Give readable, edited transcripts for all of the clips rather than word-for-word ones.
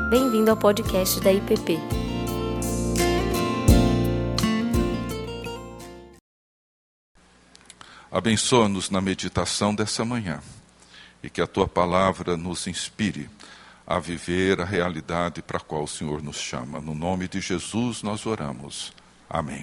Bem-vindo ao podcast da IPP. Abençoa-nos na meditação dessa manhã e que a Tua palavra nos inspire a viver a realidade para a qual o Senhor nos chama. No nome de Jesus nós oramos. Amém.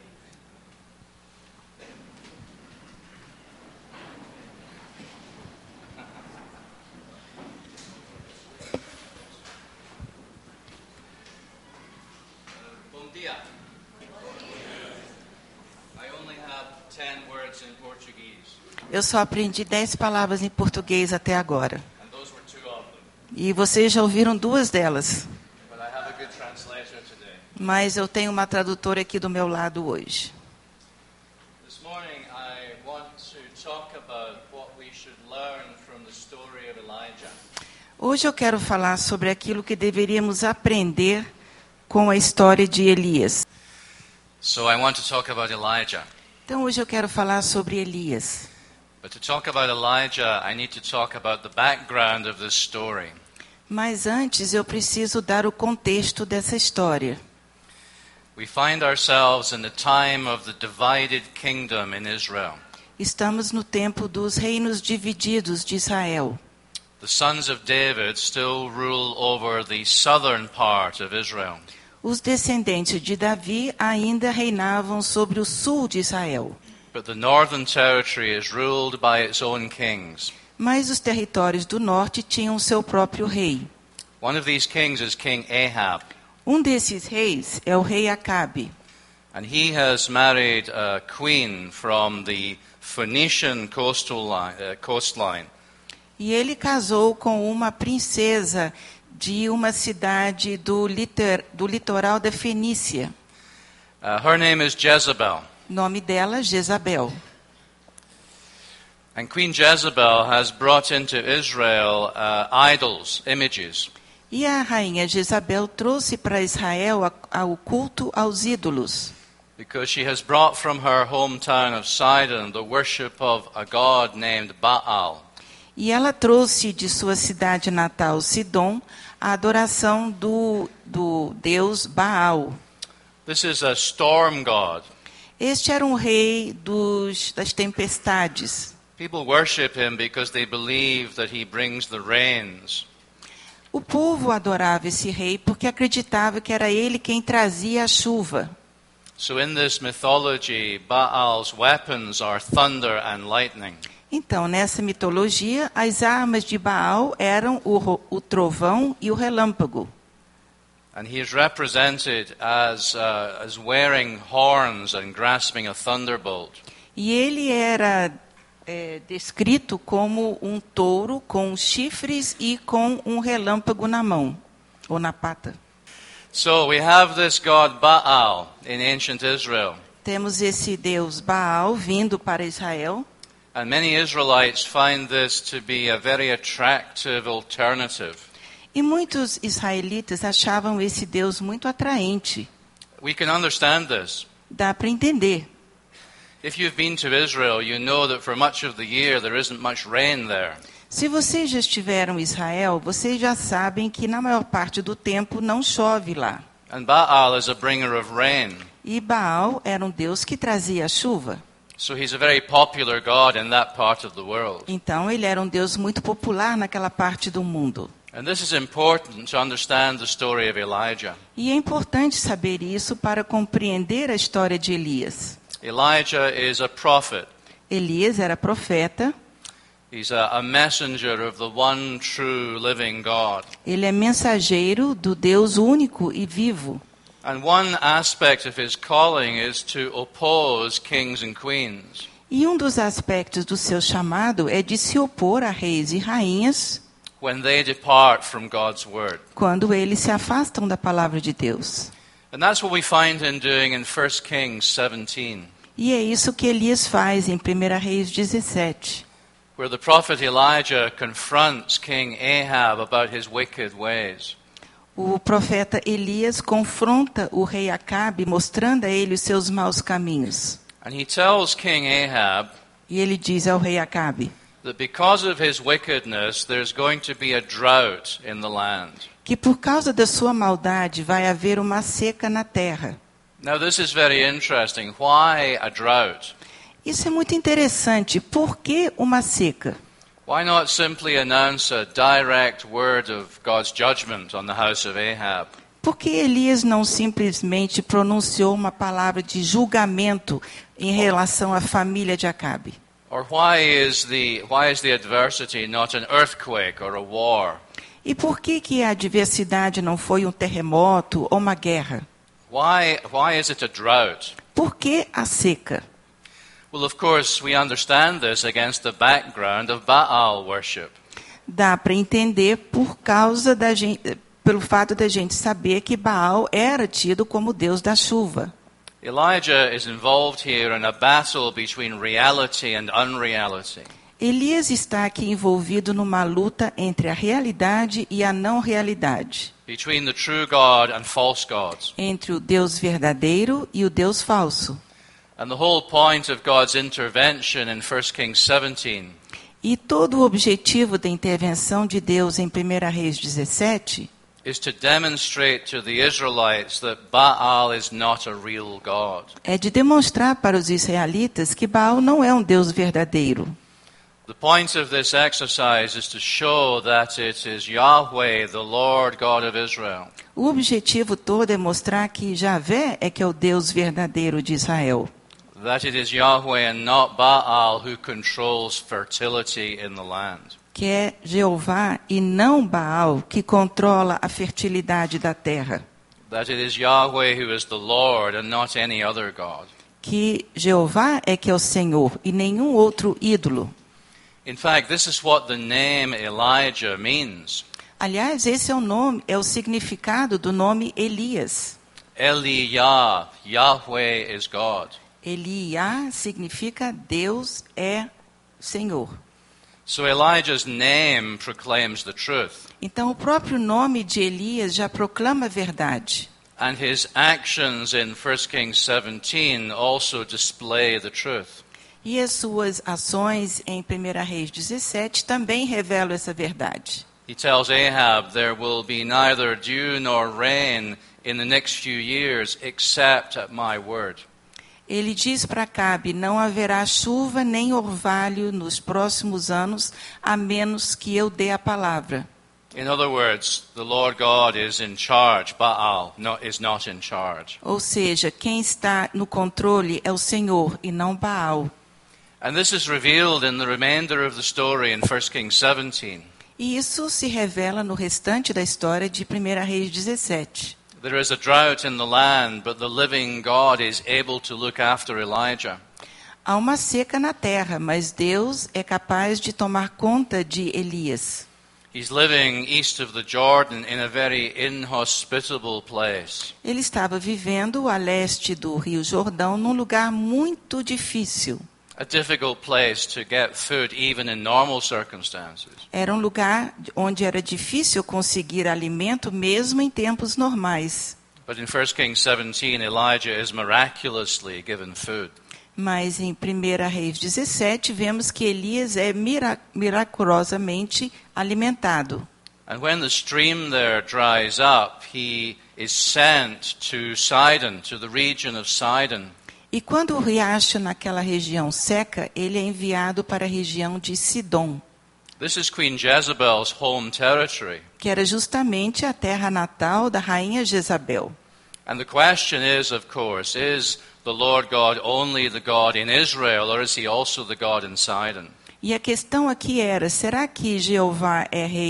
Eu só aprendi 10 palavras em português até agora. E vocês já ouviram 2 delas. Mas eu tenho uma tradutora aqui do meu lado hoje. Hoje eu quero falar sobre aquilo que deveríamos aprender com a história de Elias. Então hoje eu quero falar sobre Elias. But to talk about Elijah, I need to talk about the background of this story. Mas antes eu preciso dar o contexto dessa história. We find ourselves in the time of the divided kingdom in Israel. Estamos no tempo dos reinos divididos de Israel. The sons of David still rule over the southern part of Israel. Os descendentes de Davi ainda reinavam sobre o sul de Israel. But the northern territory is ruled by its own kings. Mas os territórios do norte tinham seu próprio rei. One of these kings is King Ahab. Um desses reis é o rei Acabe. And he has married a queen from the Phoenician coastline. E ele casou com uma princesa de uma cidade do litoral da Fenícia. Her name is Jezebel. Nome dela, Jezabel. And Queen Jezebel has brought into Israel idols, images. E a rainha Jezabel trouxe para Israel o culto aos ídolos. Because she has brought from her hometown of Sidon the worship of a god named Baal. E ela trouxe de sua cidade natal, Sidom, a adoração do deus Baal. This is a storm god. Este era um rei das tempestades. People worship him because they believe that he brings the rains. O povo adorava esse rei porque acreditava que era ele quem trazia a chuva. So in this mythology, Baal's weapons are thunder and lightning. Então, nessa mitologia, as armas de Baal eram o trovão e o relâmpago. And he is represented as wearing horns and grasping a thunderbolt. E ele era descrito como um touro com chifres e com um relâmpago na mão, ou na pata. So we have this god Baal in ancient Israel. Temos esse deus Baal vindo para Israel. And many Israelites find this to be a very attractive alternative. E muitos israelitas achavam esse Deus muito atraente. We can understand this. Dá para entender. If you've been to Israel, you know that for much of the year there isn't much rain there. Se vocês já estiveram em Israel, vocês já sabem que na maior parte do tempo não chove lá. And Baal is a bringer of rain. E Baal era um Deus que trazia a chuva. So he's a very popular god in that part of the world. Então ele era um Deus muito popular naquela parte do mundo. And this is important to understand the story of Elijah. E é importante saber isso para compreender a história de Elias. Elijah is a prophet. Elias era profeta. He's a messenger of the one true living God. Ele é mensageiro do Deus único e vivo. And one aspect of his calling is to oppose kings and queens. E um dos aspectos do seu chamado é de se opor a reis e rainhas when they depart from God's word. quando eles se afastam da palavra de Deus. And that's what we find him doing in 1 Kings 17. E é isso que Elias faz em 1 Reis 17. Where the prophet Elijah confronts King Ahab about his wicked ways. O profeta Elias confronta o rei Acabe, mostrando a ele os seus maus caminhos. And he tells King Ahab E ele diz ao rei Acabe: that because of his wickedness, there's going to be a drought in the land. Que por causa da sua maldade vai haver uma seca na terra. Now, this is very interesting. Why a drought? Isso é muito interessante. Por que uma seca? Why not simply announce a direct word of God's judgment on the house of Ahab? Por que Elias não simplesmente pronunciou uma palavra de julgamento em relação à família de Acabe? Or why is the adversity not an earthquake or a war? E por que a adversidade não foi um terremoto ou uma guerra? Why is it a drought? Por que a seca? Well, of course, we understand this against the background of Baal worship. Dá para entender pelo fato da gente saber que Baal era tido como Deus da chuva. Elijah is involved here in a battle between reality and unreality. Elias está aqui envolvido numa luta entre a realidade e a não realidade. Between the true God and false gods. Entre o Deus verdadeiro e o Deus falso. And the whole point of God's intervention in 1 Kings 17 E todo o objetivo da intervenção de Deus em 1 Reis 17 is to demonstrate to the Israelites that Baal is not a real God. é de demonstrar para os israelitas que Baal não é um Deus verdadeiro. The point of this exercise is to show that it is Yahweh, the Lord God of Israel. O objetivo todo é mostrar que Javé é que é o Deus verdadeiro de Israel. That it is Yahweh and not Baal who controls fertility in the land. Que é Jeová e não Baal que controla a fertilidade da terra. That it is Yahweh who is the Lord and not any other God. Que Jeová é que é o Senhor e nenhum outro ídolo. In fact, this is what the name Elijah means. Aliás, esse é o significado do nome Elias. Eliyah, Yahweh is God. Eliá significa Deus é Senhor. So Elijah's name proclaims the truth. Então o próprio nome de Elias já proclama a verdade. And his actions in 1 Kings 17 also display the truth. E as suas ações em 1 Reis 17 também revelam essa verdade. He tells Ahab, there will be neither dew nor rain in the next few years except at my word. Ele diz para Acabe, não haverá chuva nem orvalho nos próximos anos, a menos que eu dê a palavra. In other words, the Lord God is in charge. Baal is not in charge. Ou seja, quem está no controle é o Senhor e não Baal. And this is revealed in the remainder of the story in 1 Kings 17. E isso se revela no restante da história de 1 Reis 17. There is a drought in the land, but the living God is able to look after Elijah. Há uma seca na terra, mas Deus é capaz de tomar conta de Elias. He's living east of the Jordan in a very inhospitable place. Ele estava vivendo a leste do Rio Jordão num lugar muito difícil. A difficult place to get food even in normal circumstances. Era um lugar onde era difícil conseguir alimento mesmo em tempos normais. But in 1 Kings 17, Elijah is miraculously given food. Mas em 1 Reis 17 vemos que Elias é miraculosamente alimentado. And when the stream there dries up, he is sent to Sidon, to the region of Sidon. E quando o riacho naquela região seca, ele é enviado para a região de Sidom, This is Queen Jezebel's home territory. que era justamente a terra natal da rainha Jezabel. And the question is, of course, is the Lord God only the God in Israel, or is he also the God in Sidon? E a questão aqui era, será que Jeová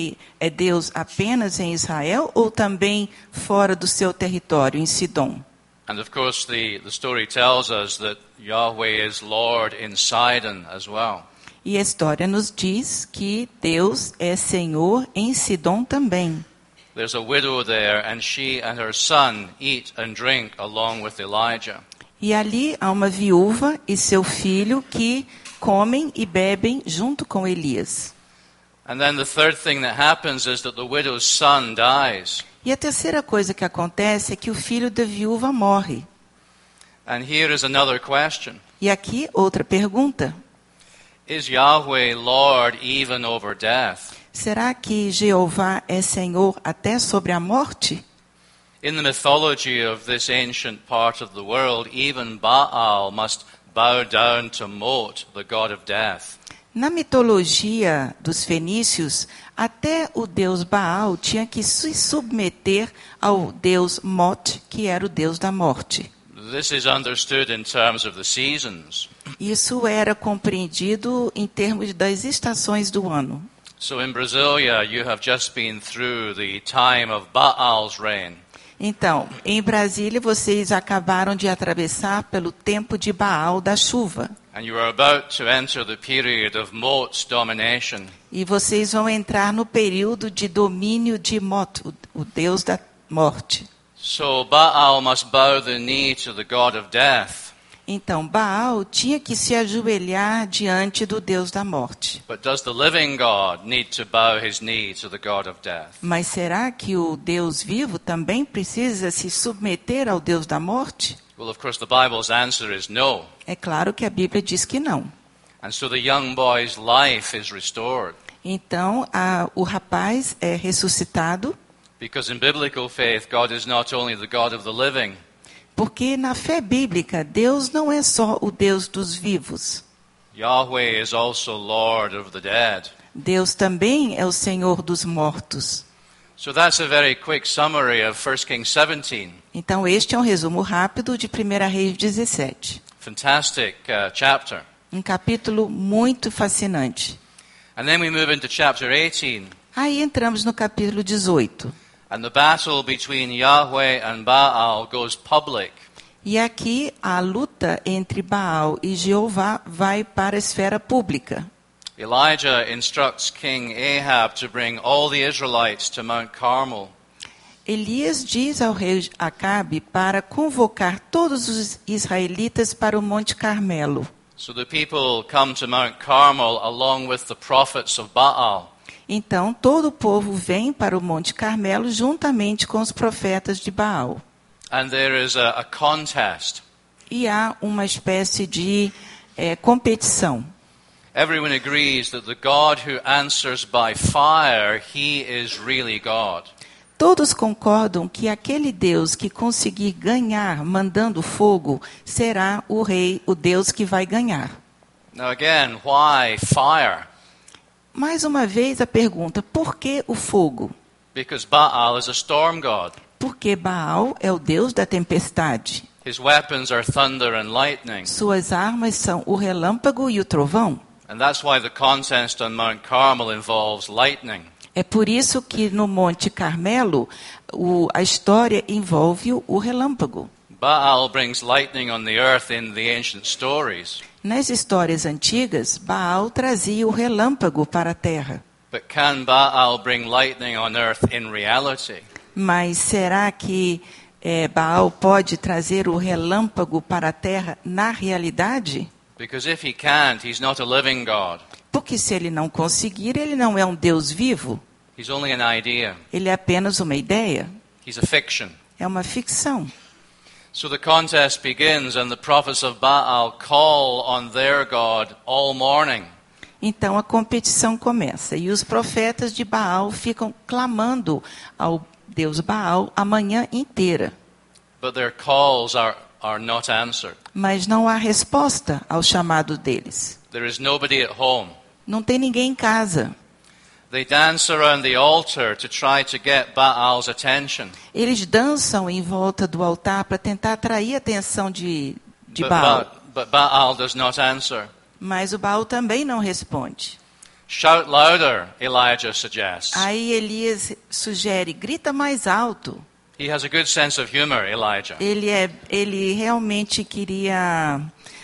é Deus apenas em Israel ou também fora do seu território, em Sidom? And of course, the story tells us that Yahweh is Lord in Sidon as well. E a história nos diz que Deus é Senhor em Sidom também. There's a widow there, and she and her son eat and drink along with Elijah. E ali há uma viúva e seu filho que comem e bebem junto com Elias. And then the third thing that happens is that the widow's son dies. E a terceira coisa que acontece é que o filho da viúva morre. And here is another question. E aqui outra pergunta. Is Yahweh Lord even over death? Será que Jeová é Senhor até sobre a morte? In the mythology of this ancient part of the world, even Baal must bow down to Mot, the god of death. Na mitologia dos fenícios, até o deus Baal tinha que se submeter ao deus Mot, que era o deus da morte. This is understood in terms of the seasons. Isso era compreendido em termos das estações do ano. So in Brasilia, you have just been through the time of Baal's reign. Então, em Brasília, vocês acabaram de atravessar pelo tempo de Baal da chuva. And you are about to enter the period of Mot's domination. E vocês vão entrar no período de domínio de Mot, o deus da morte. So Baal must bow the knee to the god of death. Então, Baal tinha que se ajoelhar diante do deus da morte. But does the living God need to bow his knee to the god of death? Mas será que o Deus vivo também precisa se submeter ao Deus da morte? Well, of course, the Bible's answer is no. É claro que a Bíblia diz que não. And so the young boy's life is restored. Então, o rapaz é ressuscitado, Because in biblical faith, God is not only the God of the living, porque na fé bíblica, Deus não é só o Deus dos vivos. Yahweh is also Lord of the dead. Deus também é o Senhor dos mortos. So that's a very quick summary of 1 Kings 17. Então, este é um resumo rápido de 1 Reis 17. Fantastic chapter. Um capítulo muito fascinante. And then we move into chapter 18. Aí entramos no capítulo 18. And the battle between Yahweh and Baal goes public. E aqui a luta entre Baal e Jeová vai para a esfera pública. Elijah instructs King Ahab to bring all the Israelites to Mount Carmel. Elias diz ao rei Acabe para convocar todos os israelitas para o Monte Carmelo. So the people come to Mount Carmel along with the prophets of Baal. Então todo o povo vem para o Monte Carmelo juntamente com os profetas de Baal. And there is a contest. E há uma espécie de competição. Everyone agrees that the God who answers by fire, he is really God. Todos concordam que aquele Deus que conseguir ganhar mandando fogo será o rei, o Deus que vai ganhar. Now again, why fire? Mais uma vez a pergunta, por que o fogo? Because Baal is a storm god. Porque Baal é o Deus da tempestade. His weapons are thunder and lightning. Suas armas são o relâmpago e o trovão. And that's why the contest on Mount Carmel involves lightning. É por isso que no Monte Carmelo a história envolve o relâmpago. Baal brings lightning on the earth in the ancient stories. Nas histórias antigas, Baal trazia o relâmpago para a terra. But can Baal bring lightning on earth in reality? Mas será que Baal pode trazer o relâmpago para a terra na realidade? Because if he can't, he's not a living God. Porque se ele não conseguir, ele não é um Deus vivo. He's only an idea. Ele é apenas uma ideia. He's a fiction. É uma ficção. So the contest begins and the prophets of Baal call on their God all morning. Então a competição começa e os profetas de Baal ficam clamando ao Deus Baal a manhã inteira. But their calls are not answered. Mas não há resposta ao chamado deles. There is nobody at home. Não tem ninguém em casa. They dance around the altar to try to get Baal's attention. Eles dançam em volta do altar para tentar atrair a atenção de Baal. But Baal does not answer. Mas o Baal também não responde. Shout louder, Elijah suggests. Aí Elias sugere, grita mais alto. He has a good sense of humor, Elijah. Ele realmente queria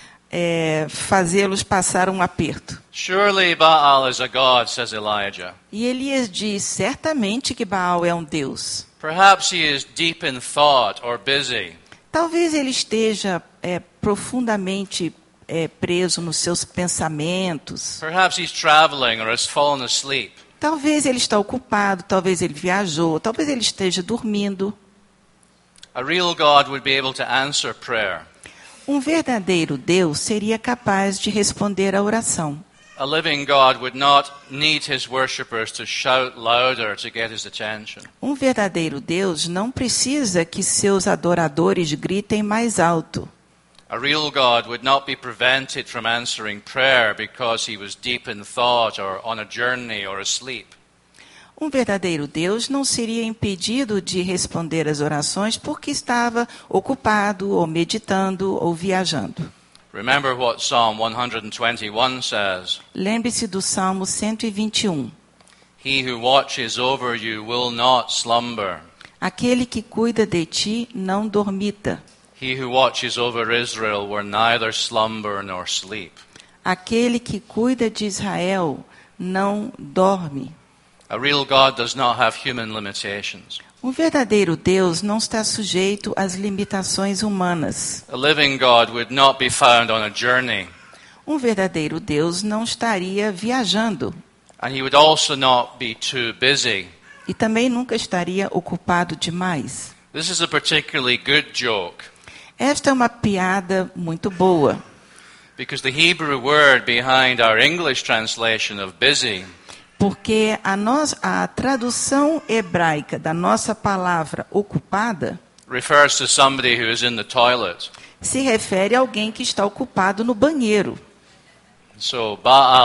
fazê-los passar um aperto. Surely Baal is a god, says Elijah. E Elias diz, certamente que Baal é um Deus. Perhaps he is deep in thought or busy. Talvez ele esteja profundamente preso nos seus pensamentos. Perhaps he's traveling or has fallen asleep. Talvez ele está ocupado, talvez ele viajou, talvez ele esteja dormindo. A real God would be able to answer prayer. Um verdadeiro Deus seria capaz de responder à oração. A living God would not need his worshippers to shout louder to get his attention. Um verdadeiro Deus não precisa que seus adoradores gritem mais alto. A real God would not be prevented from answering prayer because he was deep in thought or on a journey or asleep. Um verdadeiro Deus não seria impedido de responder às orações porque estava ocupado, ou meditando, ou viajando. Remember what Psalm 121 says. Lembre-se do Salmo 121. He who watches over you will not slumber. Aquele que cuida de ti não dormita. He who watches over Israel will neither slumber nor sleep. Aquele que cuida de Israel não dorme. A real God does not have human limitations. Um verdadeiro Deus não está sujeito às limitações humanas. A living God would not be found on a journey. Um verdadeiro Deus não estaria viajando. And he would also not be too busy. E também nunca estaria ocupado demais. This is a particularly good joke. Esta é uma piada muito boa. Because the Hebrew word behind our English translation of busy Porque a tradução hebraica da nossa palavra ocupada refers to somebody who is in the toilet. se refere a alguém que está ocupado no banheiro. So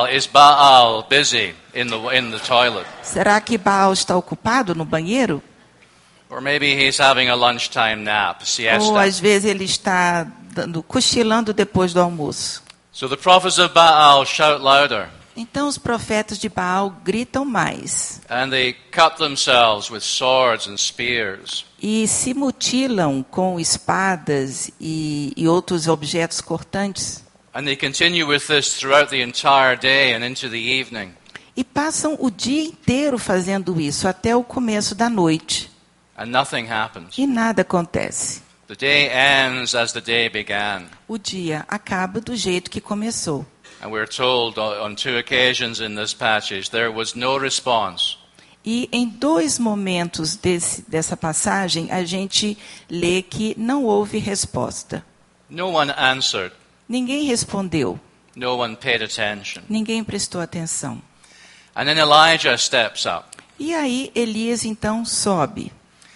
Baal busy in the toilet? Será que Baal está ocupado no banheiro? Or maybe he's having a lunchtime nap, Ou siesta. às vezes ele está cochilando depois do almoço. So the prophets of Baal shout louder. Então os profetas de Baal gritam mais And they cut themselves with swords and spears. e se mutilam com espadas e outros objetos cortantes. And they continue with this throughout the entire day and into the evening. E passam o dia inteiro fazendo isso até o começo da noite. And nothing happens. E nada acontece. The day ends as the day began. O dia acaba do jeito que começou. And we're told on 2 occasions in this passage there was no response. E em 2 momentos dessa passagem, a gente lê que não houve resposta. No one answered. Ninguém respondeu. No one paid attention. Ninguém prestou atenção. And then Elijah steps up. E aí Elias então sobe.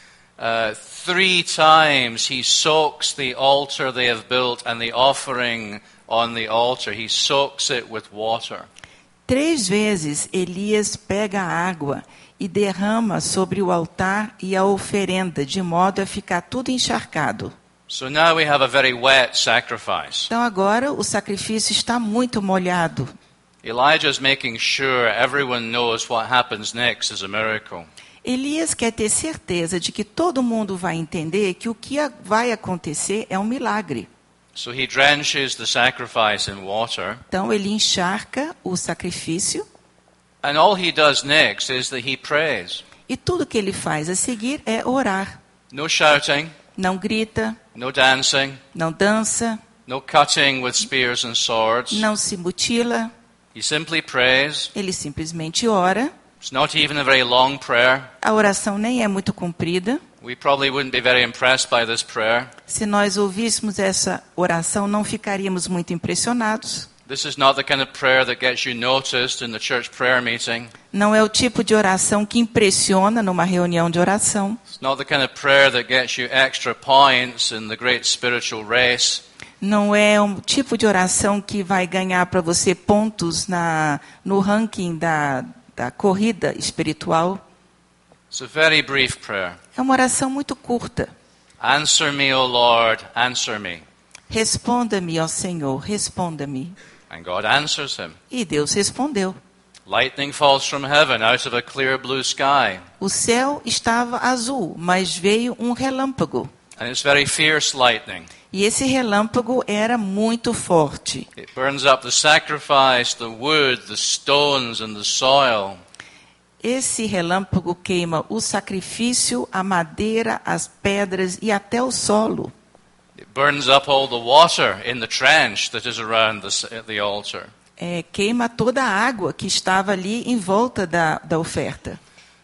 3 times he soaks the altar they have built and the offering on the altar. He soaks it with water. 3 vezes Elias pega a água e derrama sobre o altar e a oferenda, de modo a ficar tudo encharcado. So now we have a very wet sacrifice. Então agora o sacrifício está muito molhado. Elijah is making sure everyone knows what happens next is a miracle. Elias quer ter certeza de que todo mundo vai entender que o que vai acontecer é um milagre. So he drenches the sacrifice in water. Então ele encharca o sacrifício And all he does next is that he prays. e tudo que ele faz a seguir é orar. No shouting, Não grita, no dancing, não dança, no cutting with spears and swords. não se mutila. He simply prays. Ele simplesmente ora. It's not even a very long prayer. A oração nem é muito comprida. We probably wouldn't be very impressed by this prayer. Se nós ouvíssemos essa oração, não ficaríamos muito impressionados. This is not the kind of prayer that gets you noticed in the church prayer meeting. Não é o tipo de oração que impressiona numa reunião de oração. It's not the kind of prayer that gets you extra points in the great spiritual race. Não é um tipo de oração que vai ganhar para você pontos no ranking da corrida espiritual. It's a very brief prayer. É uma oração muito curta. Answer me, O Lord, answer me. Responda-me, ó Senhor, responda-me. And God answers him. E Deus respondeu. Lightning falls from heaven out of a clear blue sky. O céu estava azul, mas veio um relâmpago. And it's very fierce lightning. E esse relâmpago era muito forte. It burns up the sacrifice, the wood, the stones, and the soil. Esse relâmpago queima o sacrifício, a madeira, as pedras e até o solo. It burns up all the water in the trench that is around the altar. Queima toda a água que estava ali em volta da oferta.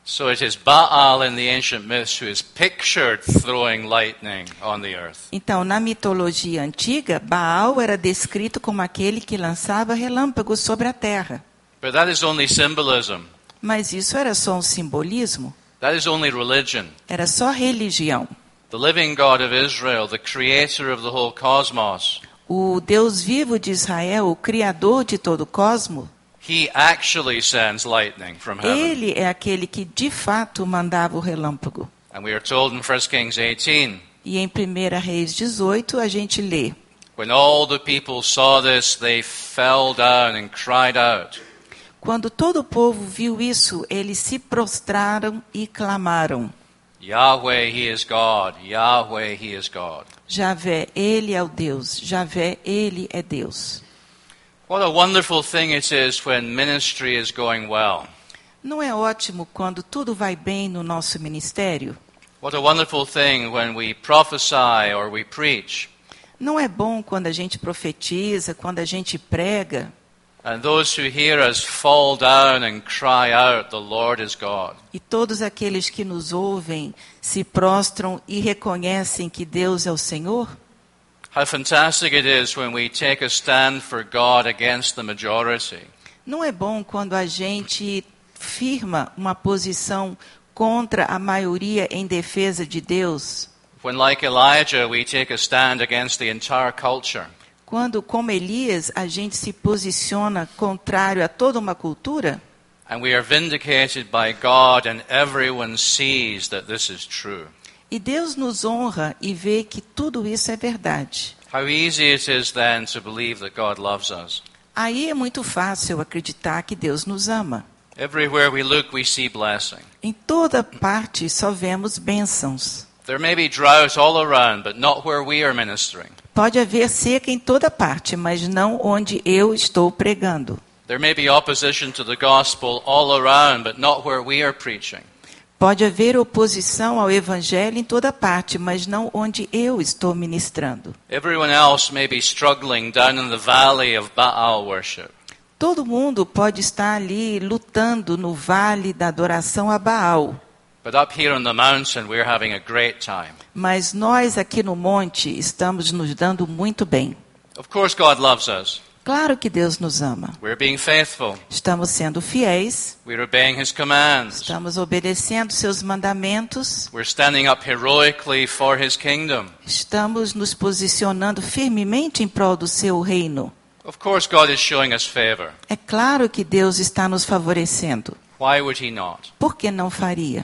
So it is Baal in the ancient myths who is pictured throwing lightning on the earth. Então, na mitologia antiga, Baal era descrito como aquele que lançava relâmpagos sobre a terra. But that is only symbolism. Mas isso era só um simbolismo, That is only religion. era só religião. The living God of Israel, the creator of the whole cosmos, O Deus vivo de Israel, o Criador de todo o cosmos, he actually sends lightning from heaven. ele é aquele que de fato mandava o relâmpago. And we are told in 1 Kings 18, E em 1 Reis 18 a gente lê: when all the people saw this, they fell down and cried out. quando todo o povo viu isso, eles se prostraram e clamaram: Yahweh, he is God. Yahweh, he is God. Javé, ele é o Deus. Javé, ele é Deus. What a wonderful thing it is when ministry is going well. Não é ótimo quando tudo vai bem no nosso ministério? What a wonderful thing when we prophesy or we preach. Não é bom quando a gente profetiza, quando a gente prega, And those who hear us fall down and cry out, the Lord is God. e todos aqueles que nos ouvem se prostram e reconhecem que Deus é o Senhor? How fantastic it is when we take a stand for God against the majority. Não é bom quando a gente firma uma posição contra a maioria em defesa de Deus? When, like Elijah, we take a stand against the entire culture. Quando, como Elias, a gente se posiciona contrário a toda uma cultura? And we are vindicated by God and everyone sees that this is true. E Deus nos honra e vê que tudo isso é verdade. How easy it is then to believe that God loves us. Aí é muito fácil acreditar que Deus nos ama. Everywhere we look, we see blessing. Em toda parte só vemos bênçãos. There may be drought all around, but not where we are ministering. Pode haver seca em toda parte, mas não onde eu estou pregando. There may be opposition to the gospel all around, but not where we are preaching. Pode haver oposição ao evangelho em toda parte, mas não onde eu estou ministrando. Everyone else may be struggling down in the valley of Baal worship. Todo mundo pode estar ali lutando no vale da adoração a Baal. But up here on the mountain, we're having a great time. Mas nós aqui no monte estamos nos dando muito bem. Of course, God loves us. Claro que Deus nos ama. We're being faithful. Estamos sendo fiéis, We're obeying His commands. estamos obedecendo seus mandamentos, We're standing up heroically for His kingdom. estamos nos posicionando firmemente em prol do seu reino. Of course, God is showing us favor. É claro que Deus está nos favorecendo. Why would He not? Por que não faria?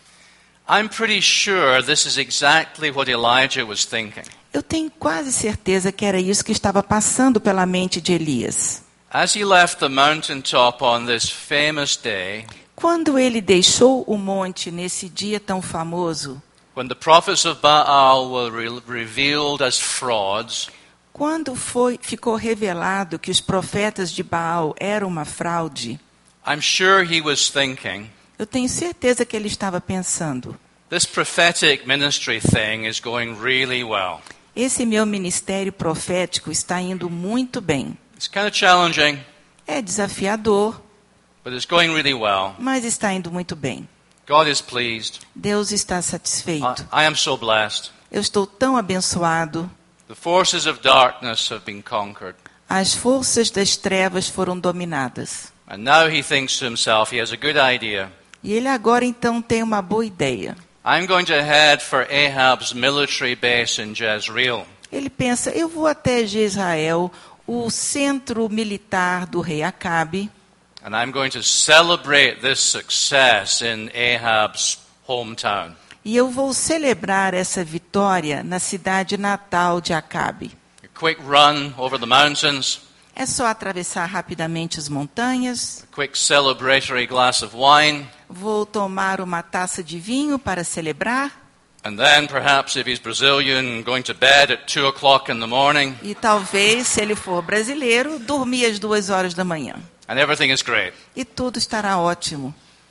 I'm pretty sure this is exactly what Elijah was thinking. Eu tenho quase certeza que era isso que estava passando pela mente de Elias. As he left the mountaintop on this famous day, Quando ele deixou o monte nesse dia tão famoso, when the prophets of Baal were revealed as frauds, quando ficou revelado que os profetas de Baal eram uma fraude, I'm sure he was thinking, eu tenho certeza que ele estava pensando: this prophetic ministry thing is going really well. esse meu ministério profético está indo muito bem. It's kind of challenging, É desafiador, but it's going really well. mas está indo muito bem. God is pleased. Deus está satisfeito. I am so blessed. Eu estou tão abençoado. The forces of darkness have been conquered. As forças das trevas foram dominadas. And now he thinks to himself, he has a good idea. E ele agora então tem uma boa ideia. I'm going to head for Ahab's military base in Jezreel. Ele pensa: eu vou até Jezreel, o centro militar do rei Acabe, And I'm going to celebrate this success in Ahab's hometown. e eu vou celebrar essa vitória na cidade natal de Acabe. A quick run over the mountains, É só atravessar rapidamente as montanhas, a quick celebratory glass of wine, vou tomar uma taça de vinho para celebrar, and then perhaps if he's Brazilian, going to bed at 2 o'clock in the morning, e talvez, se ele for brasileiro, dormir às 2 horas da manhã. and everything is great. E tudo estará ótimo.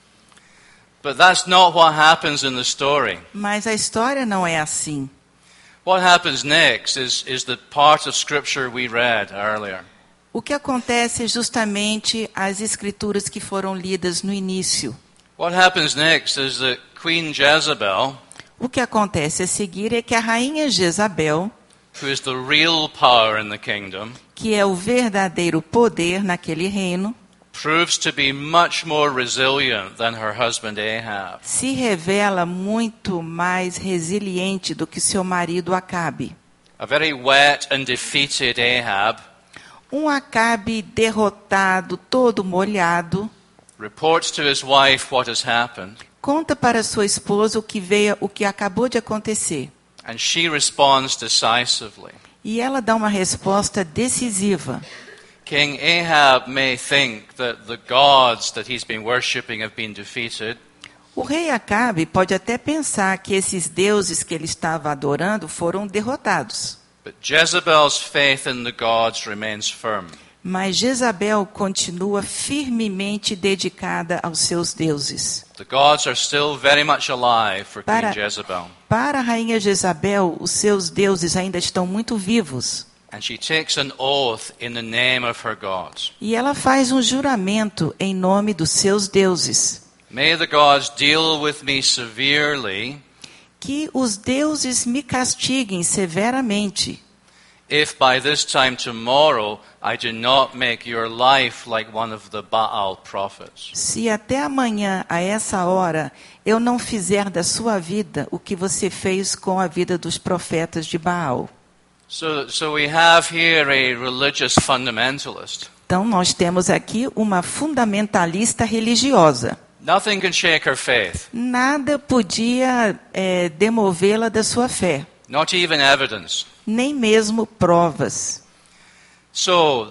But that's not what happens in the story. Mas a história não é assim. What happens next is the part of Scripture we read earlier. O que acontece é justamente as escrituras que foram lidas no início. What happens next is that Queen Jezebel, O que acontece a seguir é que a rainha Jezabel, who is the real power in the kingdom, que é o verdadeiro poder naquele reino, proves to be much more resilient than her husband Ahab. se revela muito mais resiliente do que seu marido Acabe. A very wet and defeated Ahab Um Acabe derrotado, todo molhado, reports to his wife what has happened, conta para sua esposa o que acabou de acontecer. and she responds decisively. E ela dá uma resposta decisiva. King Ahab may think that the gods that he's been worshipping have been defeated, O rei Acabe pode até pensar que esses deuses que ele estava adorando foram derrotados. but Jezebel's faith in the gods remains firm. Mas Jezabel continua firmemente dedicada aos seus deuses. The gods are still very much alive for Para- Queen Jezebel. Para a rainha Jezabel, os seus deuses ainda estão muito vivos. And she takes an oath in the name of her gods. E ela faz um juramento em nome dos seus deuses. May the gods deal with me severely Que os deuses me castiguem severamente, if by this time tomorrow I do not make your life like one of the Baal prophets. se até amanhã, a essa hora, eu não fizer da sua vida o que você fez com a vida dos profetas de Baal. So we have here a religious fundamentalist. Então, nós temos aqui uma fundamentalista religiosa. Nothing can shake her faith, Nada podia demovê-la da sua fé, not even evidence. nem mesmo provas. So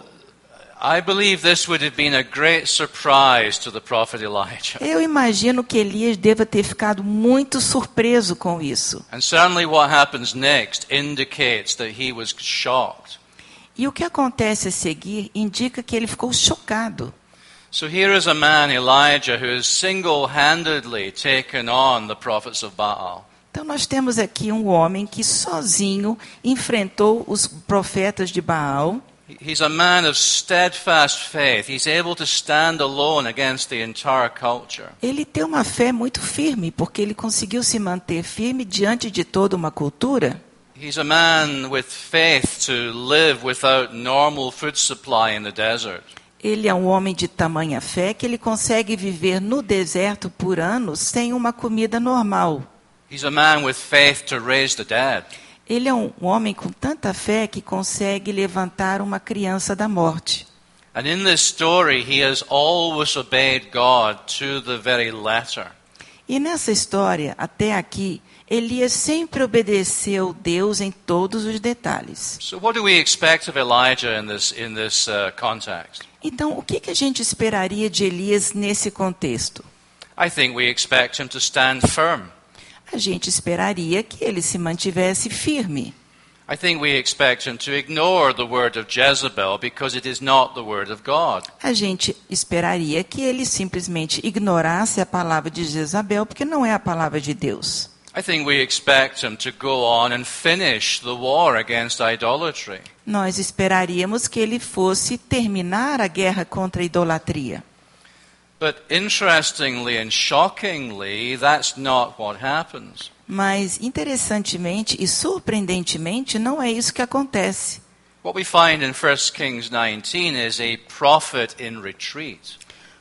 I believe this would have been a great surprise to the prophet Elijah. Eu imagino que Elias deva ter ficado muito surpreso com isso. And certainly what happens next indicates that he was shocked. E o que acontece a seguir indica que ele ficou chocado. So here is a man, Elijah, who has single-handedly taken on the prophets of Baal. Então nós temos aqui um homem que sozinho enfrentou os profetas de Baal. He's a man of steadfast faith. He's able to stand alone against the entire culture. Ele tem uma fé muito firme, porque ele conseguiu se manter firme diante de toda uma cultura. He's a man with faith to live without normal food supply in the desert. Ele é um homem de tamanha fé que ele consegue viver no deserto por anos sem uma comida normal. He's a man with faith to raise the dead. Ele é um homem com tanta fé que consegue levantar uma criança da morte. And in this story, he has always obeyed God to the very letter. E nessa história, até aqui, Elias sempre obedeceu Deus em todos os detalhes. So what do we expect of Elijah in this context? Então, o que a gente esperaria de Elias nesse contexto? I think we expect him to stand firm. A gente esperaria que ele se mantivesse firme. I think we expect him to ignore the word of Jezebel because it is not the word of God. A gente esperaria que ele simplesmente ignorasse a palavra de Jezabel, porque não é a palavra de Deus. I think we expect him to go on and finish the war against idolatry. Nós esperaríamos que ele fosse terminar a guerra contra a idolatria. But interestingly and shockingly, that's not what happens. Mas, interessantemente e surpreendentemente, não é isso que acontece. What we find in 1 Kings 19 is a prophet in retreat.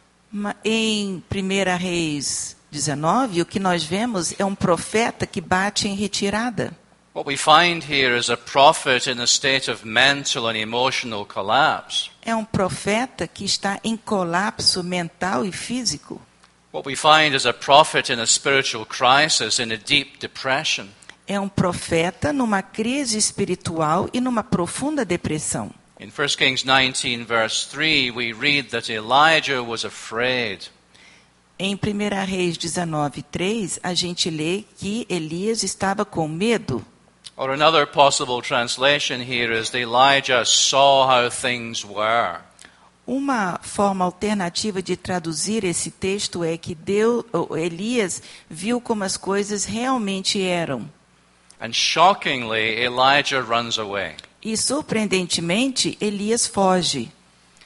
Em 1 Reis 19, o que nós vemos é um profeta que bate em retirada. What we find here is a prophet in a state of mental and emotional collapse. É um profeta que está em colapso mental e físico. What we find is a prophet in a spiritual crisis, in a deep depression. É um profeta numa crise espiritual e numa profunda depressão. In 1 Kings 19 verse 3, we read that Elijah was afraid. Em 1 Reis 19:3, a gente lê que Elias estava com medo. Or another possible translation here is that Elijah saw how things were. Uma forma alternativa de traduzir esse texto é que Elias viu como as coisas realmente eram. And shockingly, Elijah runs away. E, surpreendentemente, Elias foge.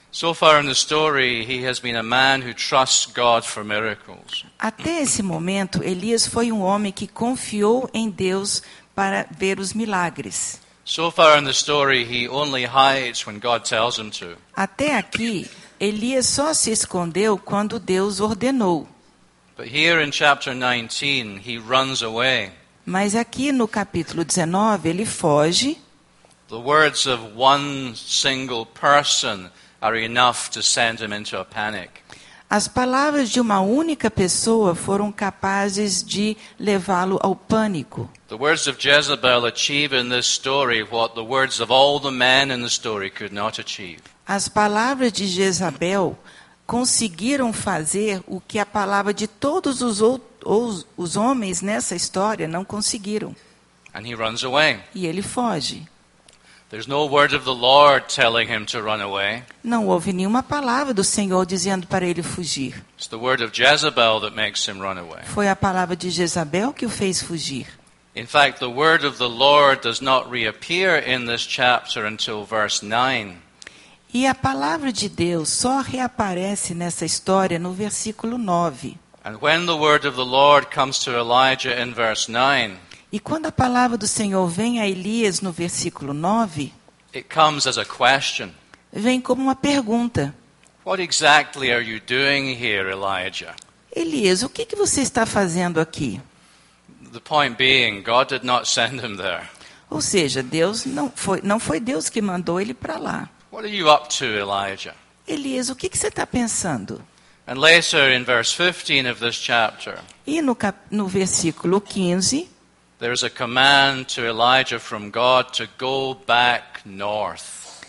So far in the story, he has been a man who trusts God for miracles. Até esse momento, Elias foi um homem que confiou em Deus para ver os milagres. So far in the story, he only hides when God tells him to. Até aqui, Elias só se escondeu quando Deus ordenou. But here in chapter 19, he runs away. Mas aqui no capítulo 19, ele foge. The words of one single person are enough to send him into a panic. As palavras de uma única pessoa foram capazes de levá-lo ao pânico. The words of Jezebel achieve in this story what the words of all the men in the story could not achieve. As palavras de Jezabel conseguiram fazer o que a palavra de todos os homens nessa história não conseguiram. And he runs away. E ele foge. There's no word of the Lord telling him to run away. Não houve nenhuma palavra do Senhor dizendo para ele fugir. It's the word of Jezebel that makes him run away. Foi a palavra de Jezabel que o fez fugir. In fact, the word of the Lord does not reappear in this chapter until verse 9. E a palavra de Deus só reaparece nessa história no versículo 9. And when the word of the Lord comes to Elijah in verse 9, E quando a palavra do Senhor vem a Elias no versículo 9, it comes as a question. vem como uma pergunta. What exactly are you doing here, Elijah? Elias, o que você está fazendo aqui? The point being, God did not send him there. Ou seja, Deus não foi Deus que mandou ele para lá. What are you up to, Elijah? Elias, o que você está pensando? And later in verse 15 of this chapter, E no versículo 15, there's a command to Elijah from God to go back north.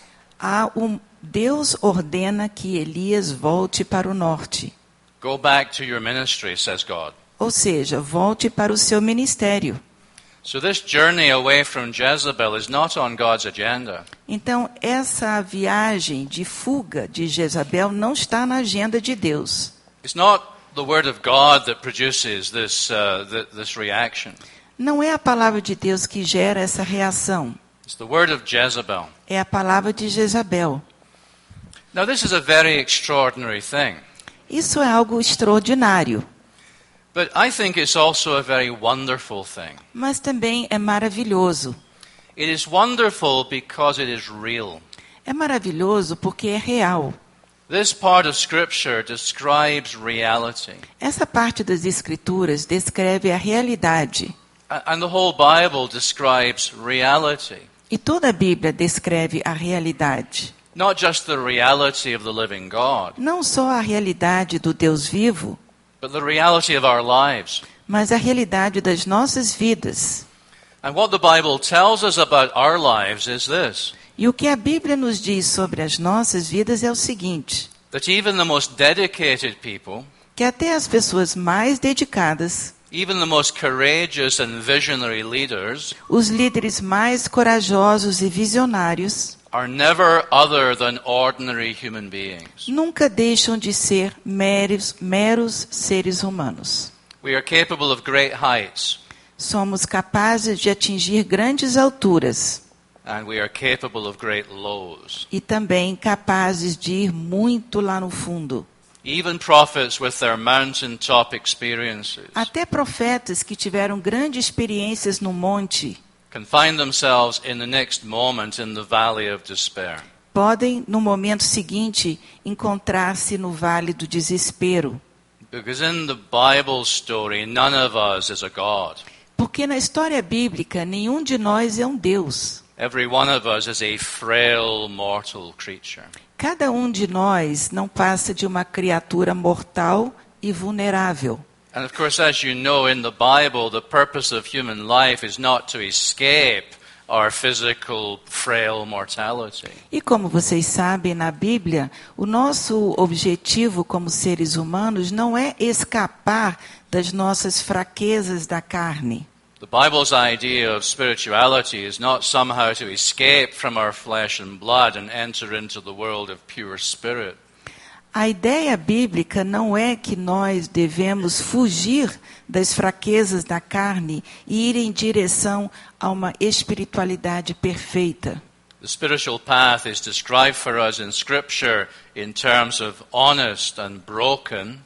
Deus ordena que Elias volte para o norte. Go back to your ministry, says God. Ou seja, volte para o seu ministério. So this journey away from Jezebel is not on God's agenda. Então, essa viagem de fuga de Jezabel não está na agenda de Deus. It's not the word of God that produces this reaction. Não é a palavra de Deus que gera essa reação. It's the word of Jezebel. É a palavra de Jezabel. Now this is a very extraordinary thing. Isso é algo extraordinário, But I think it's also a very wonderful thing. mas também é maravilhoso. It is wonderful because it is real. É maravilhoso porque é real. This part of Scripture describes reality. Essa parte das Escrituras descreve a realidade. And the whole Bible describes reality. E toda a Bíblia descreve a realidade. Not just the reality of the living God, Não só a realidade do Deus vivo, but the reality of our lives. mas a realidade das nossas vidas. And what the Bible tells us about our lives is this: E o que a Bíblia nos diz sobre as nossas vidas é o seguinte: that even the most dedicated people, que até as pessoas mais dedicadas, even the most courageous and visionary leaders, os líderes mais corajosos e visionários, are never other than ordinary human beings. nunca deixam de ser meros seres humanos. We are capable of great heights, Somos capazes de atingir grandes alturas and we are capable of great lows. e também capazes de ir muito lá no fundo. Even prophets with their mountaintop experiences Até profetas que tiveram grandes experiências no monte can find themselves in the next moment in the valley of despair. podem, no momento seguinte, encontrar-se no vale do desespero. Because in the Bible story, none of us is a God. Porque na história bíblica, nenhum de nós é um Deus. Every one of us is a frail, mortal creature. Cada um de nós não passa de uma criatura mortal e vulnerável. And of course, as you know, in the Bible, the purpose of human life is not to escape our physical, frail mortality. E como vocês sabem, na Bíblia, o nosso objetivo como seres humanos não é escapar das nossas fraquezas da carne. The Bible's idea of spirituality is not somehow to escape from our flesh and blood and enter into the world of pure spirit. A ideia bíblica não é que nós devemos fugir das fraquezas da carne e ir em direção a uma espiritualidade perfeita. The spiritual path is described for us in Scripture in terms of honest and broken.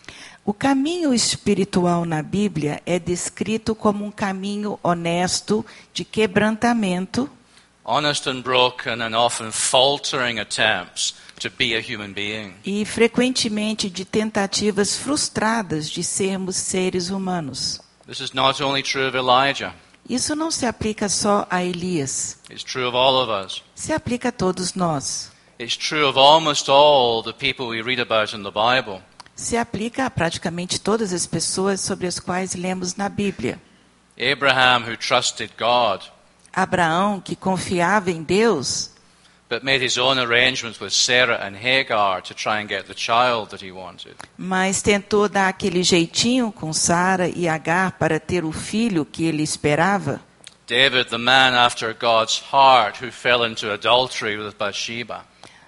O caminho espiritual na Bíblia é descrito como um caminho honesto de quebrantamento, Honest and broken and often faltering attempts to be a human being. e frequentemente de tentativas frustradas de sermos seres humanos. This is not only true of Elijah, Isso não se aplica só a Elias, it's true of all of us. se aplica a todos nós. It's true of almost all the people we read about in the Bible. Se aplica a praticamente todas as pessoas sobre as quais lemos na Bíblia. Abraham, who trusted God, Abraão, que confiava em Deus, but made his own arrangements with Sarah and Hagar to try and get the child that he wanted. mas tentou dar aquele jeitinho com Sara e Agar para ter o filho que ele esperava. David, the man after God's heart, who fell into adultery with Bathsheba.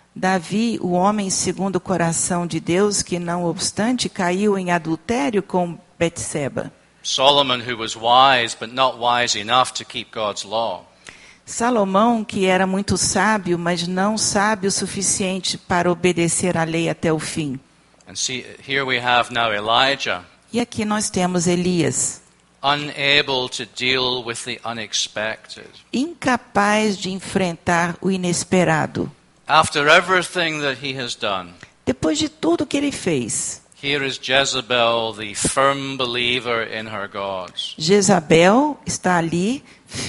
Davi, o homem segundo o coração de Deus, que não obstante caiu em adultério com Betseba. Solomon, who was wise, but not wise enough to keep God's law. Salomão, que era muito sábio, mas não sábio o suficiente para obedecer à lei até o fim. And see, here we have now Elijah, E aqui nós temos Elias, unable to deal with the unexpected. incapaz de enfrentar o inesperado. After everything that he has done, Depois de tudo que ele fez, here is Jezebel, the firm believer in her gods. Jezabel está ali,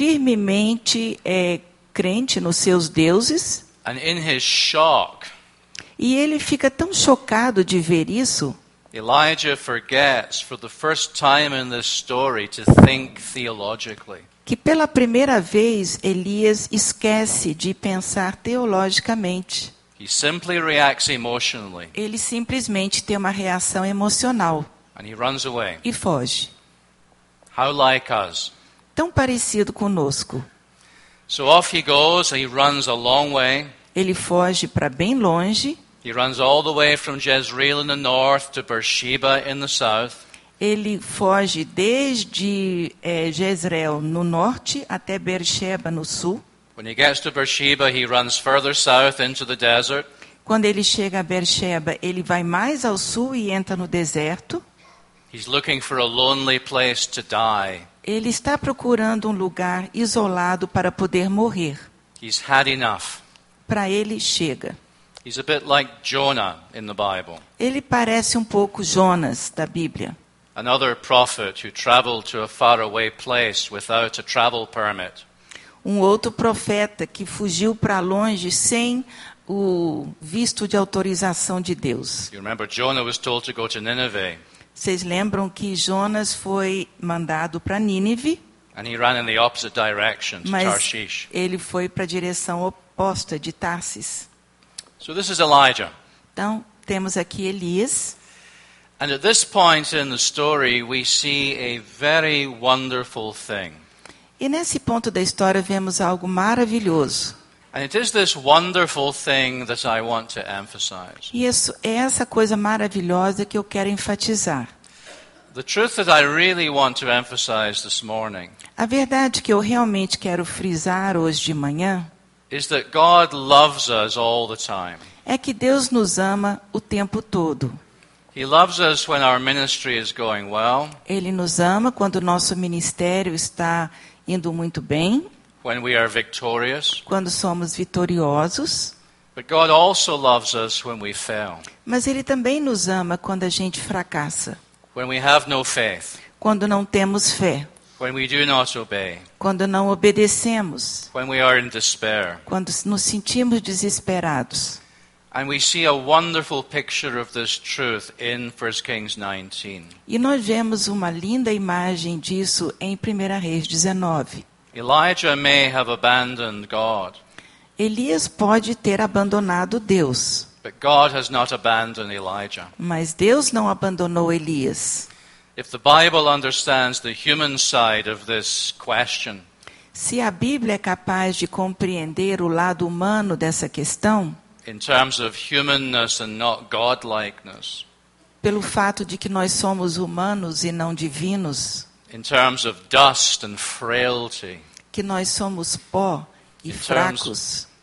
firmemente crente nos seus deuses, And in his shock, e ele fica tão chocado de ver isso, Elijah forgets for the first time in this story to think theologically. que pela primeira vez Elias esquece de pensar teologicamente. He simply reacts emotionally Ele simplesmente tem uma reação emocional and he runs away. e foge. How like us. Tão parecido conosco. So off he goes, he runs a long way. Ele foge para bem longe, He runs all the way from Jezreel in the north to Beersheba in the south. ele foge desde Jezreel no norte até Beersheba no sul. When he gets to Beersheba, he runs further south into the desert. Quando ele chega a Beersheba, ele vai mais ao sul e entra no deserto. He's looking for a lonely place to die. Ele está procurando um lugar isolado para poder morrer. He's had enough. Para ele, chega. He's a bit like Jonah in the Bible, Ele parece um pouco Jonas da Bíblia. another prophet who traveled to a faraway place without a travel permit. Um outro profeta que fugiu para longe sem o visto de autorização de Deus. You remember Jonah was told to go to Nineveh, Vocês lembram que Jonas foi mandado para Nínive, and he ran in the opposite direction to mas Tarshish. ele foi para a direção oposta de Tarsis. So this is Elijah. Então, temos aqui Elias. And at this point in the story, we see a very wonderful thing. E nesse ponto da história vemos algo maravilhoso. And it is this wonderful thing that I want to emphasize. E isso é essa coisa maravilhosa que eu quero enfatizar. The truth that I really want to emphasize this morning A verdade que eu realmente quero frisar hoje de manhã is that God loves us all the time. é que Deus nos ama o tempo todo. He loves us when our ministry is going well, Ele nos ama quando o nosso ministério está indo muito bem, when we are victorious. quando somos vitoriosos, But God also loves us when we fail, mas Ele também nos ama quando a gente fracassa, when we have no faith, quando não temos fé, when we do not obey, quando não obedecemos, when we are in despair. quando nos sentimos desesperados. And we see a wonderful picture of this truth in 1 Kings 19. E nós vemos uma linda imagem disso em 1 Reis 19. Elijah may have abandoned God, Elias pode ter abandonado Deus, but God has not abandoned Elijah. mas Deus não abandonou Elias. If the Bible understands the human side of this question, Se a Bíblia é capaz de compreender o lado humano dessa questão, in terms of humanness and not godlikeness, pelo fato de que nós somos humanos e não divinos, in terms of dust and frailty, que nós somos pó e fracos,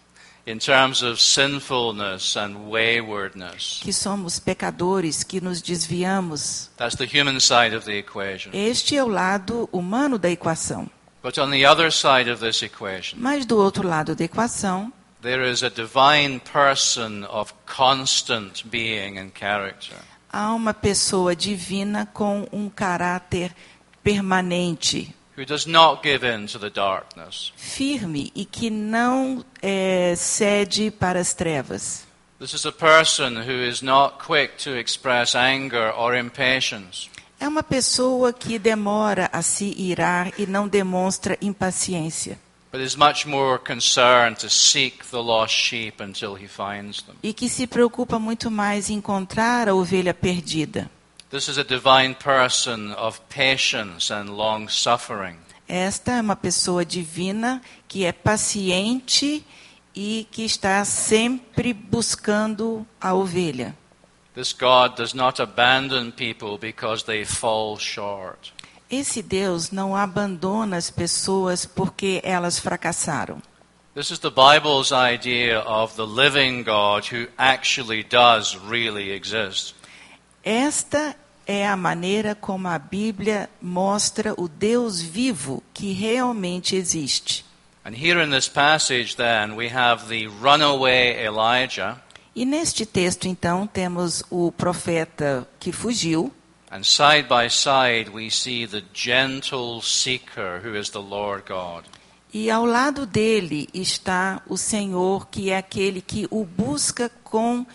in terms of sinfulness and waywardness. que somos pecadores, que nos desviamos. That's the human side of the equation. Este é o lado humano da equação. But on the other side of this equation, Mas do outro lado da equação, there is a divine person of constant being and character. há uma pessoa divina com um caráter permanente, Who does not give in to the darkness. firme e que não cede para as trevas. This is a person who is not quick to express anger or impatience. É uma pessoa que demora a se irar e não demonstra impaciência. But is much more concerned to seek the lost sheep until he finds them. E que se preocupa muito mais em encontrar a ovelha perdida. This is a divine person of patience and long suffering. Esta é uma pessoa divina que é paciente e que está sempre buscando a ovelha. This God does not abandon people because they fall short. Esse Deus não abandona as pessoas porque elas fracassaram. This is the Bible's idea of the living God who actually does really exist. Esta é a maneira como a Bíblia mostra o Deus vivo que realmente existe. And here in this passage then we have the runaway Elijah, E neste texto, então, temos o profeta que fugiu, and side by side we see the gentle seeker who is the Lord God. e ao lado dele está o Senhor, que é aquele que o busca com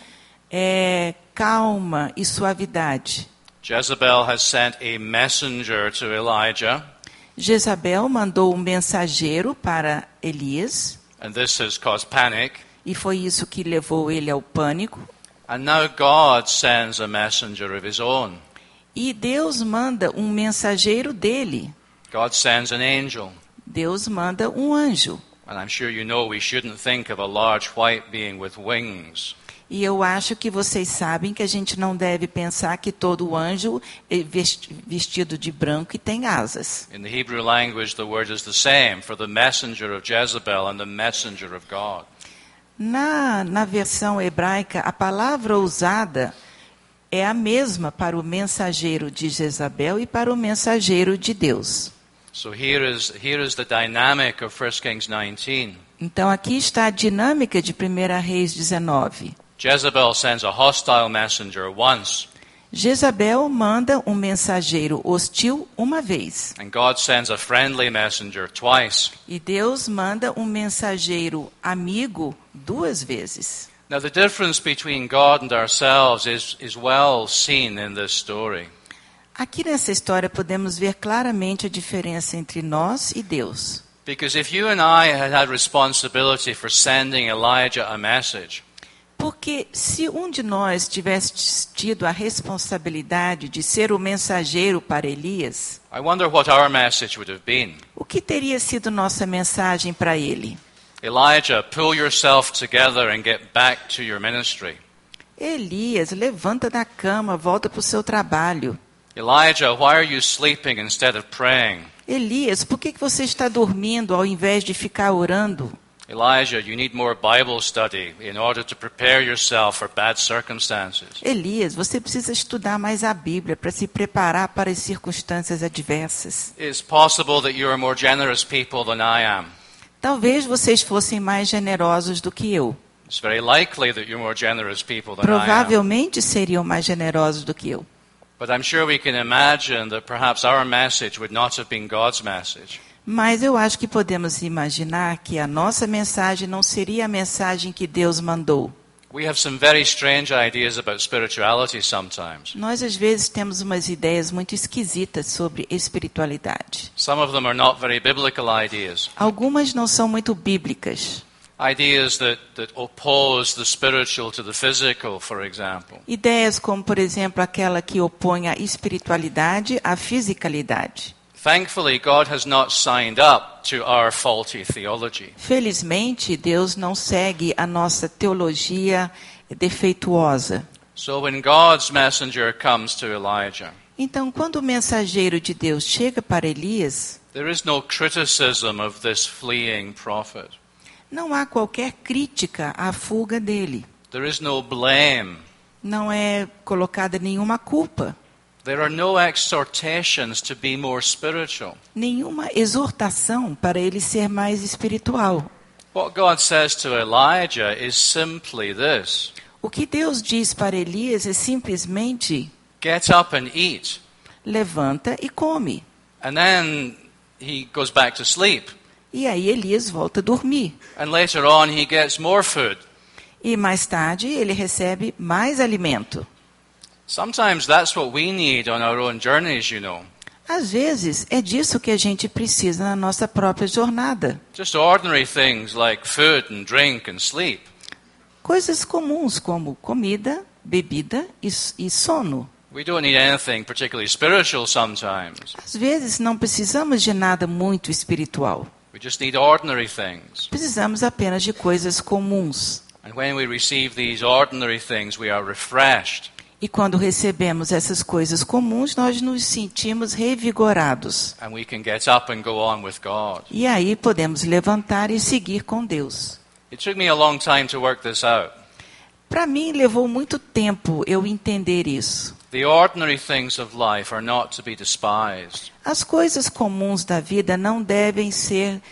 calma e suavidade. Jezebel has sent a messenger to Elijah, Jezabel mandou um mensageiro para Elias, and this has caused panic. e foi isso que levou ele ao pânico. And now God sends a messenger of his own. E Deus manda um mensageiro dele. God sends an angel. Deus manda um anjo. And I'm sure you know we shouldn't think of a large white being with wings. E eu acho que vocês sabem que a gente não deve pensar que todo anjo é vestido de branco e tem asas. In the Hebrew language, the word is the same for the messenger of Jezebel and the messenger of God. Na versão hebraica, a palavra usada é a mesma para o mensageiro de Jezabel e para o mensageiro de Deus. So here is the dynamic of 1 Kings 19. Então aqui está a dinâmica de 1 Reis 19. Jezebel sends a hostile messenger once, Jezabel manda um mensageiro hostil uma vez. and God sends a friendly messenger twice. E Deus manda um mensageiro amigo duas vezes. Now the difference between God and ourselves is well seen in this story. Aqui nessa história podemos ver claramente a diferença entre nós e Deus. Because if you and I had responsibility for sending Elijah a message, Porque se um de nós tivesse tido a responsabilidade de ser o mensageiro para Elias, I wonder what our message would have been. o que teria sido nossa mensagem para ele? Elijah, pull yourself together and get back to your ministry. Elias, levanta da cama, volta para o seu trabalho. Elijah, why are you sleeping instead of praying? Elias, por que você está dormindo ao invés de ficar orando? Elijah, you need more Bible study in order to prepare yourself for bad circumstances. Elias, você precisa estudar mais a Bíblia para se preparar para as circunstâncias adversas. It's possible that you are more generous people than I am. Talvez vocês fossem mais generosos do que eu. It's very likely that you're more generous people than I am. Provavelmente seriam mais generosos do que eu. But I'm sure we can imagine that perhaps our message would not have been God's message. Mas eu acho que podemos imaginar que a nossa mensagem não seria a mensagem que Deus mandou. We have some very strange ideas about spirituality sometimes. Nós, às vezes, temos umas ideias muito esquisitas sobre espiritualidade. Some of them are not very biblical ideas. Algumas não são muito bíblicas. Ideas that oppose the spiritual to the physical, for example. Ideias como, por exemplo, aquela que opõe a espiritualidade à fisicalidade. Thankfully, God has not signed up to our faulty theology. Felizmente, Deus não segue a nossa teologia defeituosa. So when God's messenger comes to Elijah, Então, quando o mensageiro de Deus chega para Elias, there is no criticism of this fleeing prophet. Não há qualquer crítica à fuga dele. There is no blame. Não é colocada nenhuma culpa, There are no exhortations to be more spiritual. nenhuma exortação para ele ser mais espiritual. What God says to Elijah is simply this: O que Deus diz para Elias é simplesmente: get up and eat. levanta e come. And then he goes back to sleep. E aí Elias volta a dormir. And later on he gets more food. E mais tarde ele recebe mais alimento. Sometimes that's what we need on our own journeys, you know. Às vezes é disso que a gente precisa na nossa própria jornada. Just ordinary things like food and drink and sleep. Coisas comuns como comida, bebida e sono. We don't need anything particularly spiritual sometimes. Às vezes não precisamos de nada muito espiritual. We just need ordinary things. Precisamos apenas de coisas comuns. And when we receive these ordinary things, we are refreshed. E quando recebemos essas coisas comuns, nós nos sentimos revigorados. And we can get up and go on with God. E aí podemos levantar e seguir com Deus. It took me a long time to work this out. Para mim, levou muito tempo eu entender isso. The ordinary things of life are not to be despised. As coisas comuns da vida não devem ser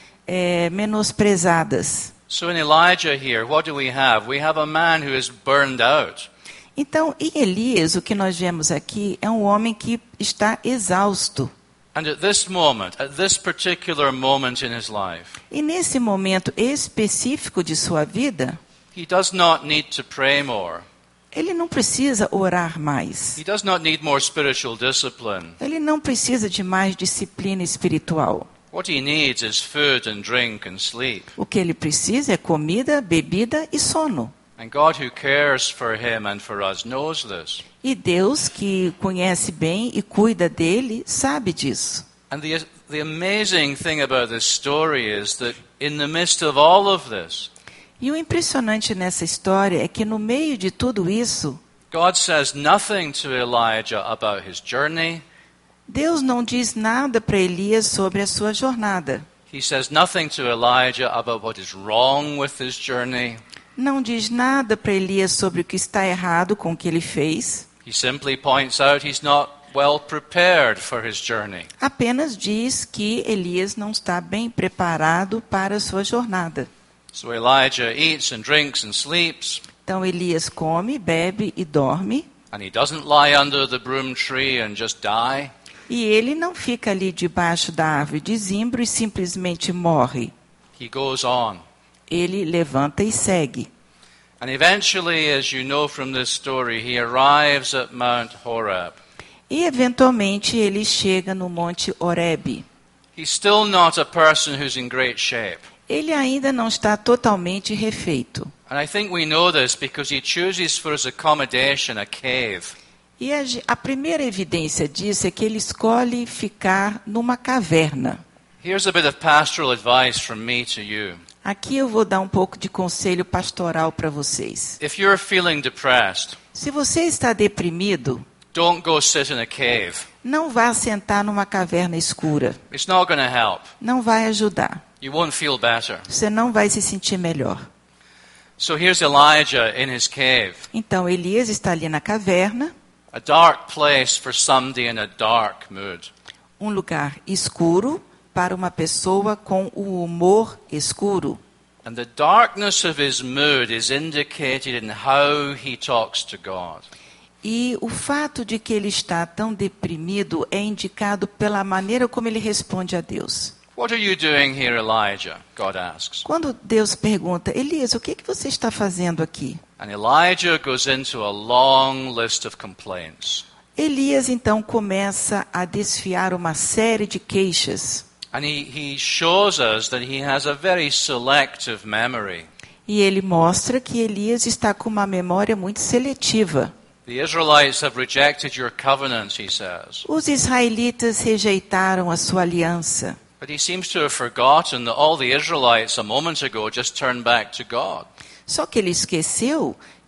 menosprezadas. So in Elijah here, what do we have? We have a man who is burned out. Então, em Elias, o que nós vemos aqui é um homem que está exausto. And at this moment, at this particular moment in his life, E nesse momento específico de sua vida, he does not need to pray more. ele não precisa orar mais. He does not need more spiritual discipline. Ele não precisa de mais disciplina espiritual. What he needs is food and drink and sleep. O que ele precisa é comida, bebida e sono. And God who cares for him and for us knows this. E Deus, que conhece bem e cuida dele, sabe disso. And the amazing thing about this story is that in the midst of all of this, E o impressionante nessa história é que no meio de tudo isso, God says nothing to Elijah about his journey. Deus não diz nada para Elias sobre a sua jornada. He says nothing to Elijah about what is wrong with his journey. Não diz nada para Elias sobre o que está errado com o que ele fez. He simply points out he's not well prepared for his journey. Apenas diz que Elias não está bem preparado para a sua jornada. So Elijah eats and drinks and sleeps, Então Elias come, bebe e dorme. and he doesn't lie under the broom tree and just die. E ele não fica ali debaixo da árvore de zimbro e simplesmente morre. He goes on. Ele levanta e segue. And eventually, as you know from this story, he arrives at Mount Horeb. E eventualmente ele chega no Monte Horebe. He's still not a person who's in great shape. Ele ainda não está totalmente refeito. And I think we know this because he chooses for his accommodation a cave. E a primeira evidência disso é que ele escolhe ficar numa caverna. Here's a bit of pastoral advice from me to you. Aqui eu vou dar um pouco de conselho pastoral para vocês. If you're feeling depressed, Se você está deprimido, don't go sit in a cave. não vá sentar numa caverna escura. It's not going to help. Não vai ajudar. You won't feel better. Você não vai se sentir melhor. So here's Elijah in his cave, Então Elias está ali na caverna, a dark place for somebody in a dark mood. um lugar escuro para uma pessoa com o humor escuro. And the darkness of his mood is indicated in how he talks to God. E o fato de que ele está tão deprimido é indicado pela maneira como ele responde a Deus. What are you doing here, Elijah? God asks. Quando Deus pergunta, Elias, o que você está fazendo aqui? And Elijah goes into a long list of complaints. Elias então começa a desfiar uma série de queixas. And he shows us that he has a very selective memory. E ele mostra que Elias está com uma memória muito seletiva. The Israelites have rejected your covenant, he says. Os israelitas rejeitaram a sua aliança. But he seems to have forgotten that all the Israelites a moment ago just turned back to God. Só que ele esqueceu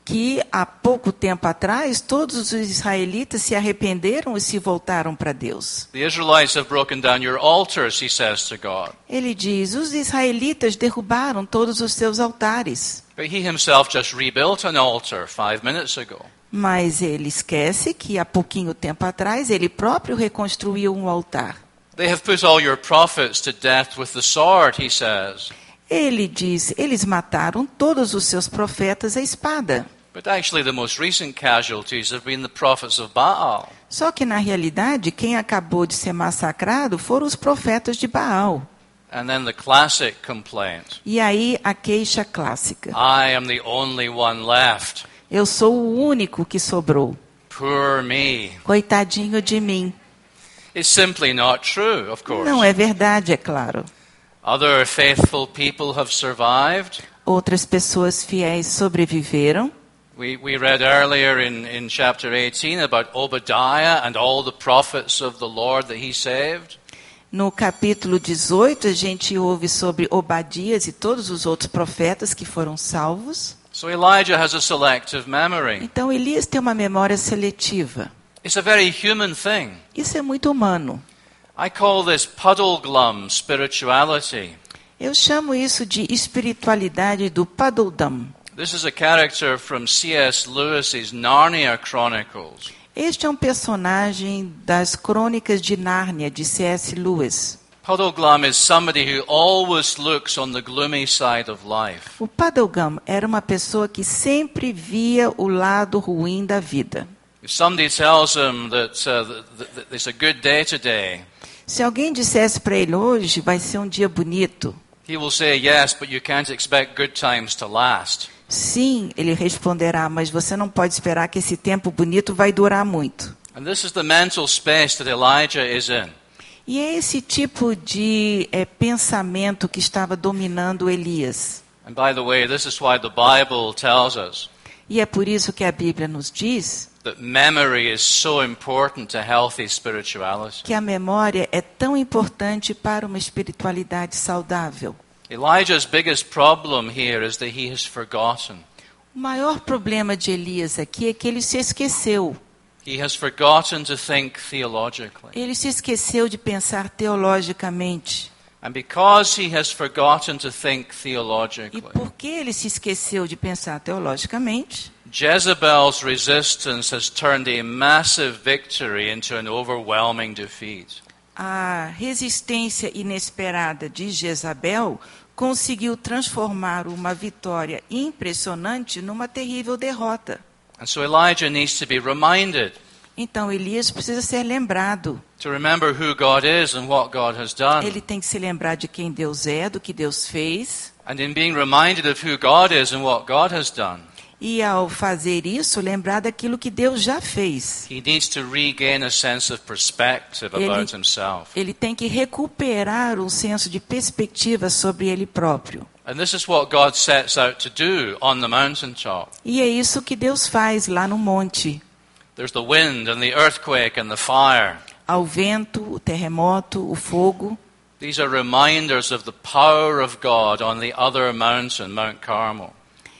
que há pouco tempo atrás todos os israelitas se arrependeram e se voltaram para Deus. The Israelites have broken down your altars, he says to God. Ele diz, os israelitas derrubaram todos os seus altares. But he himself just rebuilt an altar 5 minutes ago. Mas ele esquece que há pouquinho tempo atrás ele próprio reconstruiu um altar. They have put all your prophets to death with the sword, he says. Ele diz, eles mataram todos os seus profetas à espada. But actually the most recent casualties have been the prophets of Baal. Só que na realidade quem acabou de ser massacrado foram os profetas de Baal. And then the classic complaint. E aí a queixa clássica. I am the only one left. Eu sou o único que sobrou. Poor me. Coitadinho de mim. It's simply not true, of course. Não é verdade, é claro. Other faithful people have survived. Outras pessoas fiéis sobreviveram. We read earlier in chapter 18 about Obadiah and all the prophets of the Lord that he saved. No capítulo 18, a gente ouve sobre Obadias e todos os outros profetas que foram salvos. So Elijah has a selective memory. Então, Elias tem uma memória seletiva. It's a very human thing. Isso é muito humano. I call this puddle glum spirituality. Eu chamo isso de espiritualidade do Puddledom. This is a character from C.S. Lewis's Narnia Chronicles. Este é um personagem das Crônicas de Nárnia, de C.S. Lewis. Puddle glum is somebody who always looks on the gloomy side of life. O Puddlegum era uma pessoa que sempre via o lado ruim da vida. If somebody tells him that it's a good day today, Se alguém dissesse para ele hoje vai ser um dia bonito, he will say yes, but you can't expect good times to last. sim, ele responderá, mas você não pode esperar que esse tempo bonito vai durar muito. And this is the mental space that Elijah is in. E é esse tipo de pensamento que estava dominando Elias. And by the way, this is why the Bible tells us E é por isso que a Bíblia nos diz that memory is so important to healthy spirituality. que a memória é tão importante para uma espiritualidade saudável. Elijah's biggest problem here is that he has forgotten. O maior problema de Elias aqui é que ele se esqueceu. He has forgotten to think theologically. Ele se esqueceu de pensar teologicamente. And because he has forgotten to think E theologically, porque ele se esqueceu de pensar teologicamente, Jezebel's resistance has turned a massive victory into an overwhelming defeat. a resistência inesperada de Jezabel conseguiu transformar uma vitória impressionante numa terrível derrota. And so Elijah needs to be reminded Então Elias precisa ser lembrado. to remember who God is and what God has done. Ele tem que se lembrar de quem Deus é, do que Deus fez. And in being reminded of who God is and what God has done, E ao fazer isso, lembrar daquilo que Deus já fez. he needs to regain a sense of perspective about himself. Ele tem que recuperar um senso de perspectiva sobre ele próprio. And this is what God sets out to do on the mountaintop. E é isso que Deus faz lá no monte. There's the wind and the earthquake and the fire. Ao vento, o terremoto, o fogo. These are reminders of the power of God on the other mountain, Mount Carmel.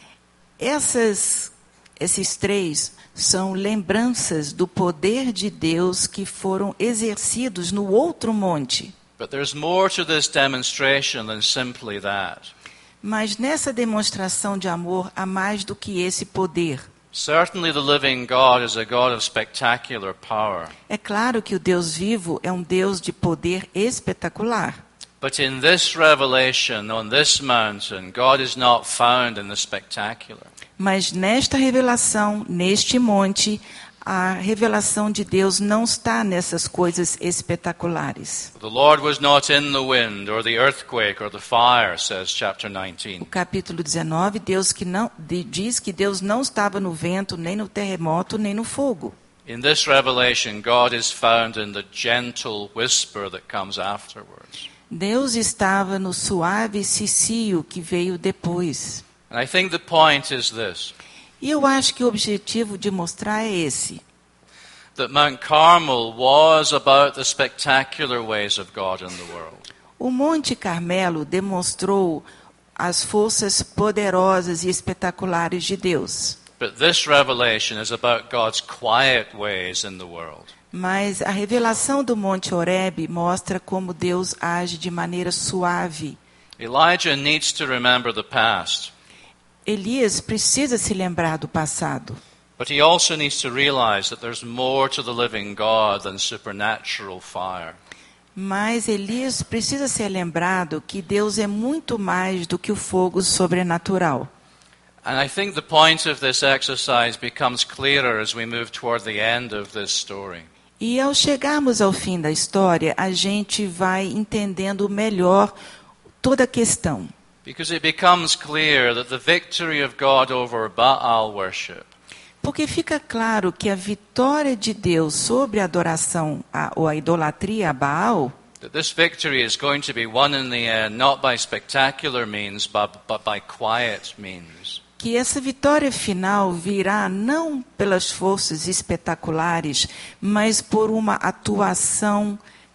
Esses três são lembranças do poder de Deus que foram exercidos no outro monte. But there's more to this demonstration than simply that. Mas nessa demonstração de amor há mais do que esse poder. Certainly the living God is a God of spectacular power. É claro que o Deus vivo é um Deus de poder espetacular. But in this revelation on this mountain, God is not found in the spectacular. Mas nesta revelação, neste monte, a revelação de Deus não está nessas coisas espetaculares. The Lord was not in the wind or the earthquake or the fire, says chapter O 19. capítulo 19, diz que Deus não estava no vento, nem no terremoto, nem no fogo. In this revelation, God is found in the gentle whisper that comes afterwards. Deus estava no suave cicio que veio depois. And I think the point is this, E eu acho que o objetivo de mostrar é esse. that Mount Carmel was about the spectacular ways of God in the world. O Monte Carmelo demonstrou as forças poderosas e espetaculares de Deus. But this revelation is about God's quiet ways in the world. Mas a revelação do Monte Horebe mostra como Deus age de maneira suave. Elijah needs to remember the past, Elias precisa se lembrar do passado, but he also needs to realize that there's more to the living God than supernatural fire. mas Elias precisa ser lembrado que Deus é muito mais do que o fogo sobrenatural. And I think the point of this exercise becomes clearer as we move toward the end of this story. E ao chegarmos ao fim da história, a gente vai entendendo melhor toda a questão. Because it becomes clear that the victory of God over Baal worship Porque fica claro que a vitória de Deus sobre a adoração ou a idolatria a Baal, that this victory is going to be won in the end not by spectacular means but by quiet means. que essa vitória final virá não pelas forças espetaculares, mas por uma atuação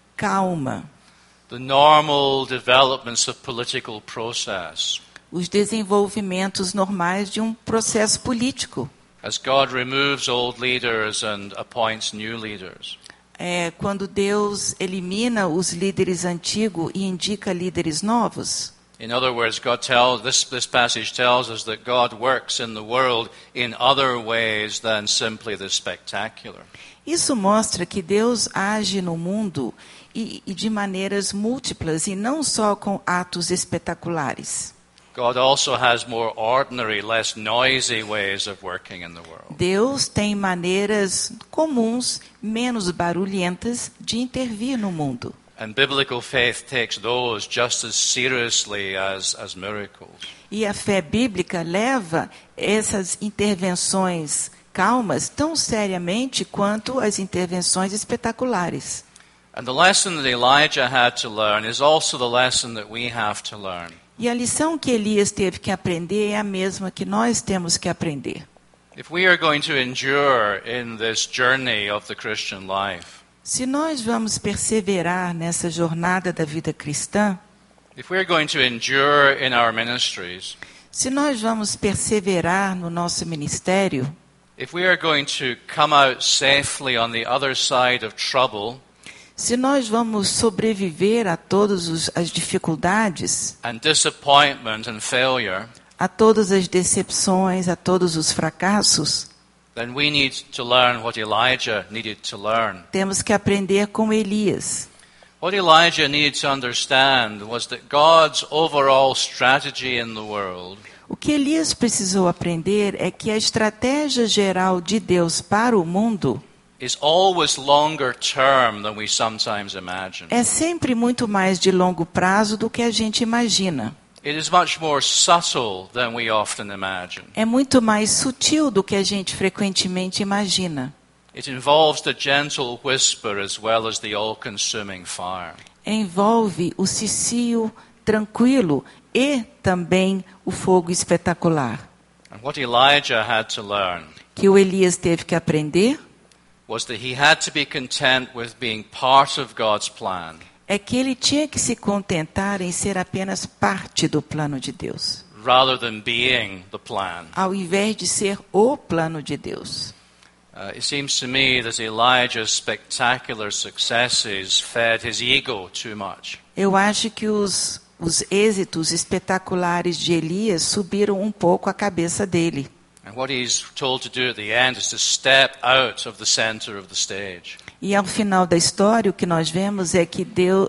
calma. The normal developments of political process. Os desenvolvimentos normais de um processo político. As God removes old leaders and appoints new leaders. Quando Deus elimina os líderes antigos e indica líderes novos. In other words, this passage tells us that God works in the world in other ways than simply the spectacular. Isso mostra que Deus age no mundo e de maneiras múltiplas e não só com atos espetaculares. God also has more ordinary, less noisy ways of working in the world. Deus tem maneiras comuns, menos barulhentas, de intervir no mundo. And biblical faith takes those just as seriously as miracles. E a fé bíblica leva essas intervenções calmas tão seriamente quanto as intervenções espetaculares. And the lesson that Elijah had to learn is also the lesson that we have to learn. E a lição que Elias teve que aprender é a mesma que nós temos que aprender. If we are going to endure in this journey of the Christian life, se nós vamos perseverar nessa jornada da vida cristã, if we are going to endure in our ministries, se nós vamos perseverar no nosso ministério, if we are going to come out safely on the other side of trouble, se nós vamos sobreviver a todas as dificuldades, and disappointment and failure, a todas as decepções, a todos os fracassos, then we need to learn what Elijah needed to learn. temos que aprender com Elias. What Elijah needed to understand was that God's overall strategy in the world O que Elias precisou aprender é que a estratégia geral de Deus para o mundo is always longer term than we sometimes imagine. é sempre muito mais de longo prazo do que a gente imagina. It is much more subtle than we often imagine. É muito mais sutil do que a gente frequentemente imagina. It involves the gentle whisper as well as the all-consuming fire. Envolve o cicio tranquilo e também o fogo espetacular. And what Elijah had to learn Que o Elias teve que aprender was that he had to be content with being part of God's plan, é que ele tinha que se contentar em ser apenas parte do plano de Deus, rather than being the plan. ao invés de ser o plano de Deus. It seems to me that Elijah's spectacular successes fed his ego too much. Eu acho que os êxitos espetaculares de Elias subiram um pouco a cabeça dele. And what he's told to do at the end is to step out of the center of the stage. E ao final da história, o que nós vemos é que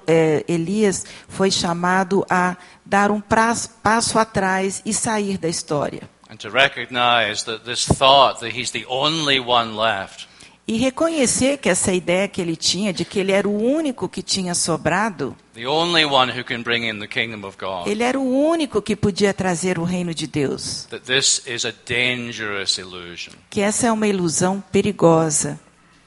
Elias foi chamado a dar um passo atrás e sair da história. And to recognize that this thought that he's the only one left E reconhecer que essa ideia que ele tinha de que ele era o único que tinha sobrado, the only one who can bring in the kingdom of God, ele era o único que podia trazer o reino de Deus. that this is a dangerous illusion. Que essa é uma ilusão perigosa.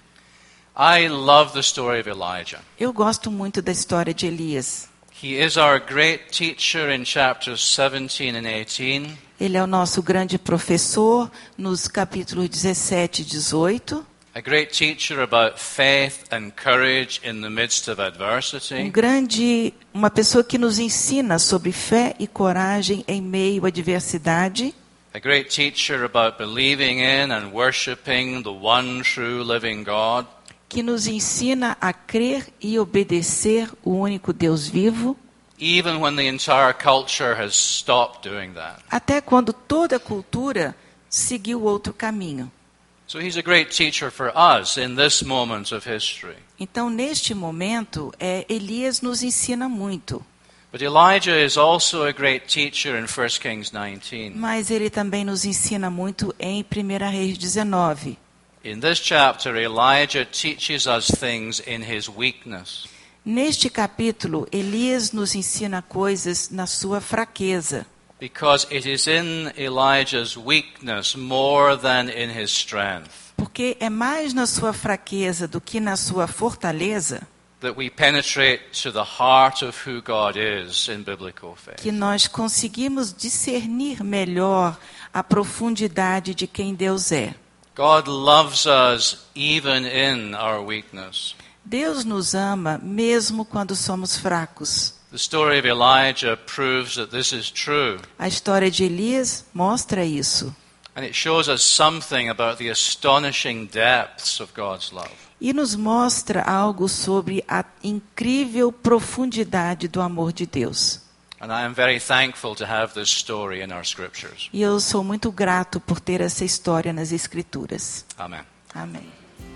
I love the story of Elijah. Eu gosto muito da história de Elias. He is our great teacher in chapters 17 and 18. Ele é o nosso grande professor nos capítulos 17 e 18. A great teacher about faith and courage in the midst of adversity. Uma pessoa que nos ensina sobre fé e coragem em meio à adversidade. A great teacher about believing in and worshiping the one true living God. que nos ensina a crer e obedecer o único Deus vivo, Even when the entire culture has stopped doing that. até quando toda a cultura seguiu outro caminho. So he's a great teacher for us in this moment of history. Então, neste momento, Elias nos ensina muito, But Elijah is also a great teacher in 1 Kings 19. mas ele também nos ensina muito em 1 Reis 19. In this chapter, Elijah teaches us things in his weakness. Neste capítulo, Elias nos ensina coisas na sua fraqueza, Because it is in Elijah's weakness more than in his strength porque é mais na sua fraqueza do que na sua fortaleza that we penetrate to the heart of who God is in biblical faith. que nós conseguimos discernir melhor a profundidade de quem Deus é. God loves us even in our weakness. Deus nos ama mesmo quando somos fracos. The story of Elijah proves that this is true. A história de Elias mostra isso. And it shows us something about the astonishing depths of God's love. E nos mostra algo sobre a incrível profundidade do amor de Deus. And I am very thankful to have this story in our scriptures. E eu sou muito grato por ter essa história nas Escrituras. Amen. Amém.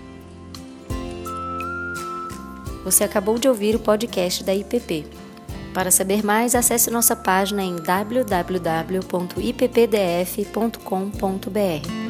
Você acabou de ouvir o podcast da IPP. Para saber mais, acesse nossa página em www.ippdf.com.br.